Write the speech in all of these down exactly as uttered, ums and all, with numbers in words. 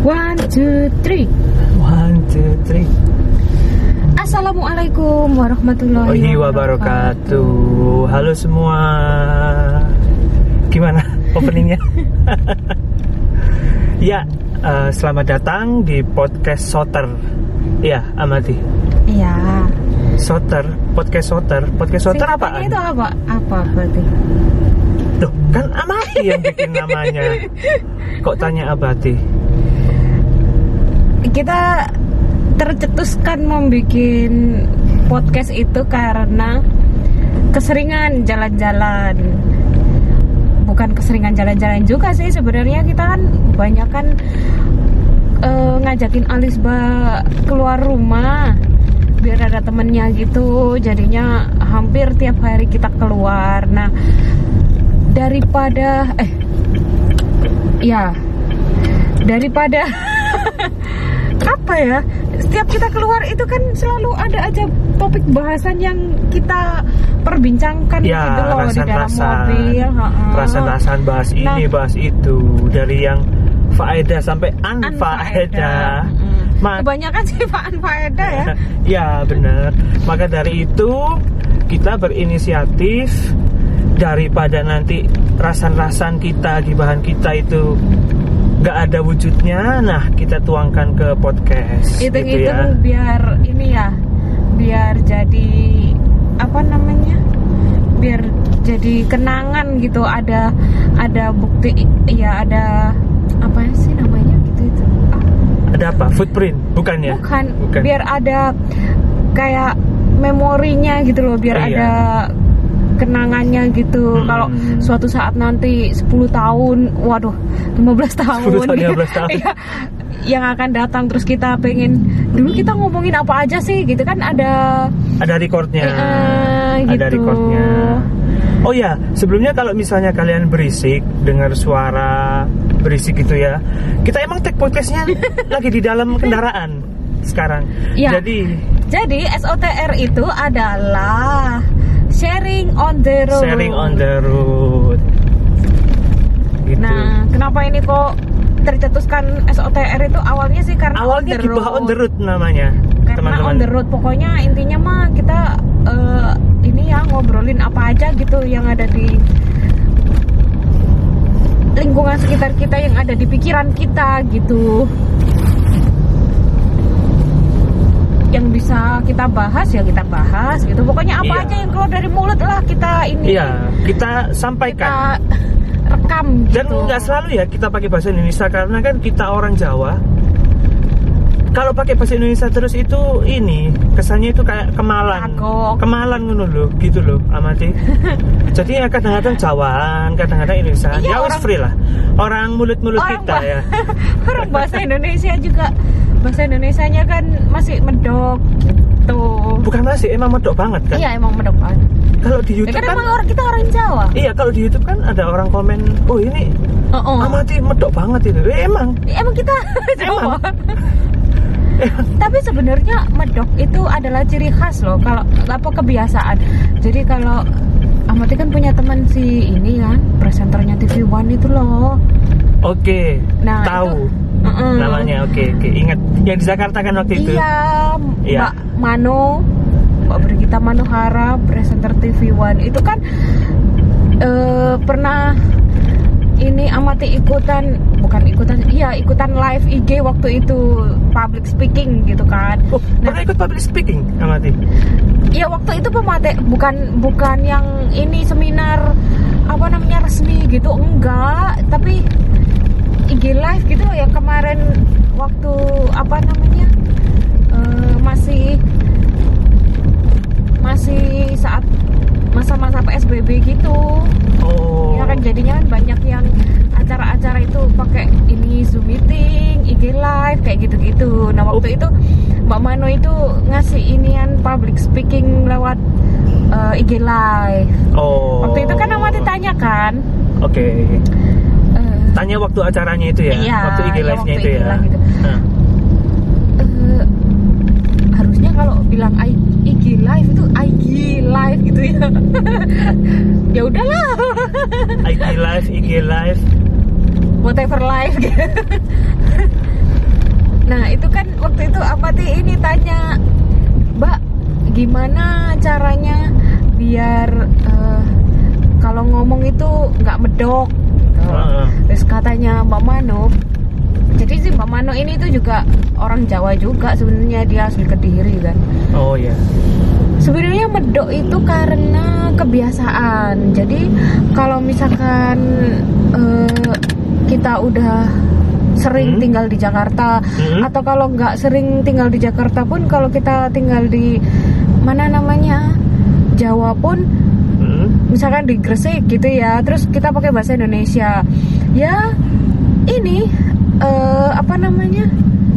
One, two, three. One, two, three. Assalamualaikum warahmatullahi wabarakatuh. Halo semua. Gimana openingnya? Ya, uh, selamat datang di podcast Soter. Iya, Amati. Iya. Soter, podcast Soter. Podcast Soter apa? Itu apa? Apa berarti? Loh, kan Amati yang bikin namanya. Kok tanya Abati? Kita tercetuskan membuat podcast itu karena keseringan jalan-jalan. Bukan keseringan jalan-jalan juga sih sebenarnya, kita kan banyak kan uh, ngajakin Alisba keluar rumah biar ada temennya gitu, jadinya hampir tiap hari kita keluar. Nah, daripada eh ya daripada apa ya, setiap kita keluar itu kan selalu ada aja topik bahasan yang kita perbincangkan ya, gitu loh di dalam mobil. Rasan-rasan bahas ini, nah, bahas itu, dari yang faedah sampai anfaedah. Ma- Kebanyakan sih anfaedah ya. Ya benar. Maka dari itu kita berinisiatif, daripada nanti rasan-rasan kita, gibahan kita itu gak ada wujudnya, nah kita tuangkan ke podcast. Hitung-hitung gitu ya. Biar ini ya, biar jadi apa namanya, biar jadi kenangan gitu, ada ada bukti ya, ada apa sih namanya gitu itu. Ah. Ada apa? Footprint? Bukan ya? Bukan. Bukan. Biar ada kayak memorinya gitu loh, biar iya. ada kenangannya gitu. Hmm. Kalau suatu saat nanti sepuluh tahun, waduh, lima belas tahun, sepuluh tahun, lima belas tahun. ya, yang akan datang, terus kita pengen, dulu kita ngomongin apa aja sih gitu kan, ada ada recordnya, eh, gitu. Ada recordnya. Oh ya, sebelumnya kalau misalnya kalian berisik, dengar suara berisik gitu ya, kita emang take podcastnya lagi di dalam kendaraan sekarang. Ya. Jadi jadi S O T R itu adalah sharing on the road. Sharing on the road. Gitu. Nah, kenapa ini kok tercetuskan S O T R itu? Awalnya sih karena awalnya on the road. on the road namanya. Karena teman-teman. On the road, pokoknya intinya mah kita uh, ini ya ngobrolin apa aja gitu yang ada di lingkungan sekitar kita, yang ada di pikiran kita gitu. Yang bisa kita bahas ya kita bahas gitu. Pokoknya apa iya. aja yang keluar dari mulut lah kita ini. Iya, kita sampaikan. Kita rekam gitu. Dan nggak selalu ya kita pakai bahasa Indonesia, karena kan kita orang Jawa. Kalau pakai bahasa Indonesia terus itu ini kesannya itu kayak kemalan, Agok. kemalan ngono loh, gitu loh, Amati. Jadi ya kadang-kadang Jawaan, kadang-kadang Indonesia. Iya, ya wis free lah. Orang mulut-mulut orang kita bah- ya. Orang bahasa Indonesia juga, bahasa Indonesianya kan masih medok gitu. Bukan masih, emang medok banget kan? Iya, emang medok banget. Kalau di YouTube ya, kan, kan emang orang kita orang Jawa. Iya, kalau di YouTube kan ada orang komen, "Oh, ini Uh-uh. Amati medok banget itu." Eh, emang. Ya, emang kita Jawa. Emang. Tapi sebenarnya medok itu adalah ciri khas loh, kalau apa kebiasaan. Jadi kalau Amati kan punya teman si ini kan, presenternya T V One itu loh. Oke. Nah, tahu. Itu, uh-uh. namanya. Oke, oke. Ingat yang di Jakarta kan waktu itu. Iya, Iya. Mbak Mano, Mbak Brigita Manohara, presenter T V One itu kan uh, pernah ini Amati ikutan, bukan ikutan, iya ikutan live I G waktu itu, public speaking gitu kan. Oh, nah, pernah ikut public speaking, Amati? Iya, waktu itu pemate, bukan bukan yang ini seminar apa namanya resmi gitu, enggak, tapi I G live gitu yang kemarin waktu apa namanya uh, masih masih saat masa-masa P S B B gitu. Oh. Ya kan jadinya kan banyak yang acara-acara itu pakai ini Zoom meeting, I G live kayak gitu-gitu. Nah, waktu oh. itu Mbak Mano itu ngasih inian public speaking lewat uh, I G live. Oh. Waktu itu kan Amati tanya kan. Oke. Okay. Uh, tanya waktu acaranya itu ya? Iya, waktu I G live-nya ya, itu ya. Gitu. Nah. Uh, harusnya kalau bilang I G live itu I G live gitu ya. Ya udahlah. I G live, I G live, whatever live gitu. Nah itu kan waktu itu Amati ini tanya, Mbak gimana caranya biar uh, kalau ngomong itu nggak medok gitu. uh-uh. Terus katanya Mbak Mano, jadi sih Mbak Mano ini tuh juga orang Jawa juga sebenarnya, dia asli Kediri kan. Oh ya. Sebenarnya medok itu karena kebiasaan. Jadi kalau misalkan uh, kita udah sering hmm? tinggal di Jakarta, hmm? atau kalau nggak sering tinggal di Jakarta pun, kalau kita tinggal di mana namanya Jawa pun, hmm? misalkan di Gresik gitu ya, terus kita pakai bahasa Indonesia, ya ini uh, apa namanya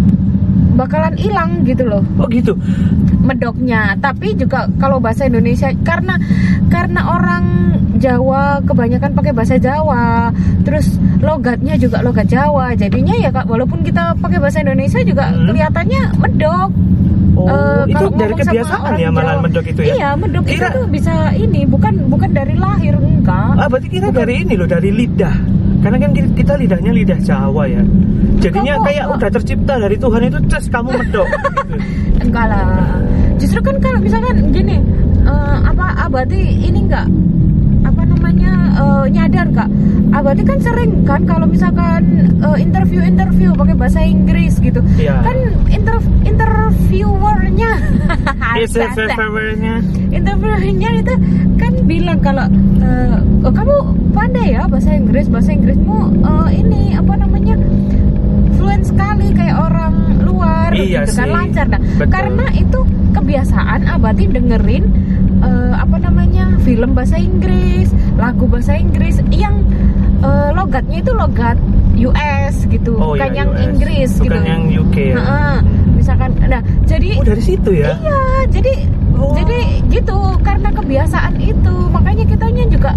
bakalan hilang gitu loh. Oh gitu. Medoknya. Tapi juga kalau bahasa Indonesia, karena karena orang Jawa kebanyakan pakai bahasa Jawa, terus logatnya juga logat Jawa, jadinya ya Kak, walaupun kita pakai bahasa Indonesia juga hmm. kelihatannya medok. Oh, uh, itu dari kebiasaan ya malah medok itu ya? Iya, medok kira... itu tuh bisa ini, bukan bukan dari lahir, enggak. Ah, berarti kira bukan. Dari ini loh, dari lidah. Karena kan kita lidahnya lidah Jawa ya. Jadinya kayak enggak. Udah tercipta dari Tuhan itu, terus kamu medok. Gitu. Enggak lah. Justru kan kalau misalkan gini, uh, apa Abati ini enggak apa namanya uh, nyadar Kak, Abati kan sering kan kalau misalkan uh, interview-interview pakai bahasa Inggris gitu, yeah. kan inter interviewernya interviewernya interviewernya itu kan bilang kalau uh, oh, kamu pandai ya bahasa Inggris, bahasa Inggrismu uh, ini apa namanya fluent sekali kayak orang luar, iya gitu kan, sih. Lancar. Nah, betul. Karena itu kebiasaan Abati dengerin uh, apa namanya film bahasa Inggris, lagu bahasa Inggris yang uh, logatnya itu logat U S gitu, oh, bukan iya, yang U S. Inggris bukan gitu. Bukan yang U K ya. Nah, misalkan, nah jadi. Oh dari situ ya? Iya, jadi oh. jadi gitu karena kebiasaan itu, makanya kitanya juga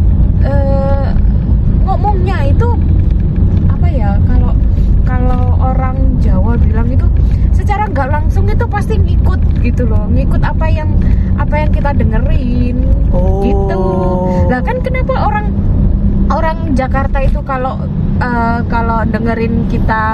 uh, ngomongnya itu apa ya, kalau kalau orang Jawa bilang itu secara nggak langsung itu pasti ngikut gitu loh, ngikut apa yang apa yang kita dengerin. Oh. Gitu. Lah kan kenapa orang orang Jakarta itu kalau uh, kalau dengerin kita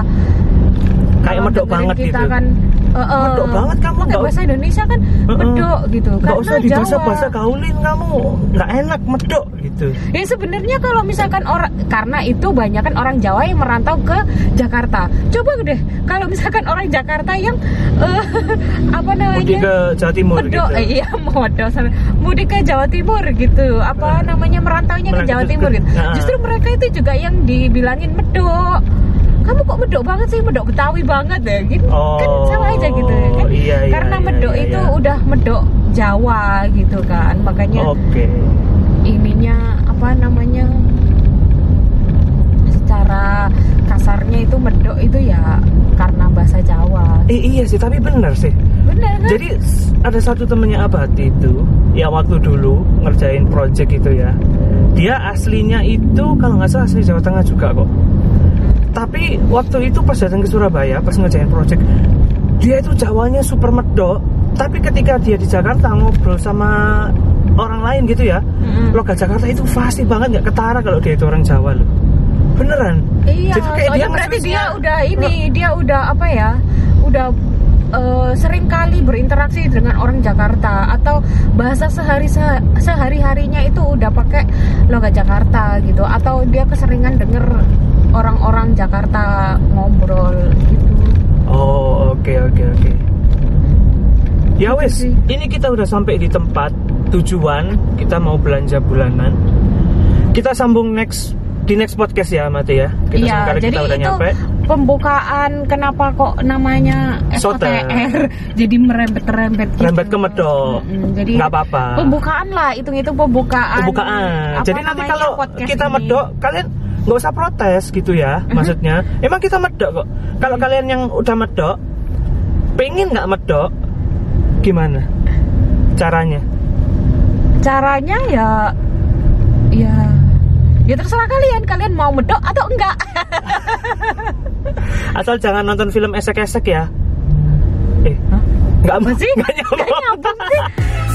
kayak medok banget kita gitu. Kan uh, uh, medok banget kamu pakai bahasa Indonesia kan uh-uh. medok gitu. Nggak usah di Jawa. bahasa gaulin kamu, nggak enak medok gitu. Ya sebenarnya kalau misalkan orang, karena itu banyak kan orang Jawa yang merantau ke Jakarta. Coba deh kalau misalkan orang Jakarta yang uh, apa namanya mudik ke Jawa Timur medok, gitu. Eh, iya modok mudik ke Jawa Timur gitu. Apa nah, namanya merantaunya ke Jawa Timur gitu. Nah. Justru mereka itu juga yang dibilangin medok. Kamu kok medok banget sih, medok Betawi banget ya gitu. Oh, kan sama aja gitu kan. Iya, iya, karena iya, medok iya, itu iya. udah medok Jawa gitu kan. Makanya okay. ininya apa namanya secara kasarnya itu medok itu ya karena bahasa Jawa. Eh, iya sih, tapi benar sih. Benar kan? Jadi ada satu temennya Abati itu yang waktu dulu ngerjain project itu ya, dia aslinya itu kalau nggak salah asli Jawa Tengah juga kok. Tapi waktu itu pas datang ke Surabaya, pas ngerjain project, dia itu Jawanya super medok. Tapi ketika dia di Jakarta ngobrol sama orang lain gitu ya, mm-hmm. logat Jakarta itu fasih banget, nggak ketara kalau dia itu orang Jawa loh. Beneran. Iya. Jadi kayak dia berarti dia udah ini, uh, dia udah apa ya, udah uh, sering kali berinteraksi dengan orang Jakarta, atau bahasa sehari sehari harinya itu udah pakai logat Jakarta gitu, atau dia keseringan denger orang-orang Jakarta ngobrol gitu. Oh, oke okay, oke okay, oke. Okay. Ya wes, ini kita udah sampai di tempat tujuan, kita mau belanja bulanan. Kita sambung next di next podcast ya, Mati ya. Kita iya, jadi kita udah itu nyampe. Pembukaan kenapa kok namanya S O T R jadi merembet-rembet gitu. Rembet ke medok. Mm-hmm, jadi nggak apa-apa. Pembukaan lah, hitung-hitung pembukaan. Pembukaan. Jadi nanti kalau kita medok, kalian nggak usah protes gitu ya. Uh-huh. Maksudnya, emang kita medok kok. Kalau kalian yang udah medok, pengen nggak medok, gimana caranya? Caranya ya, ya, ya terserah kalian. Kalian mau medok atau enggak? Asal jangan nonton film esek-esek ya. Eh, huh? nggak apa sih? Nggak nyambung. Nggak nyambung sih.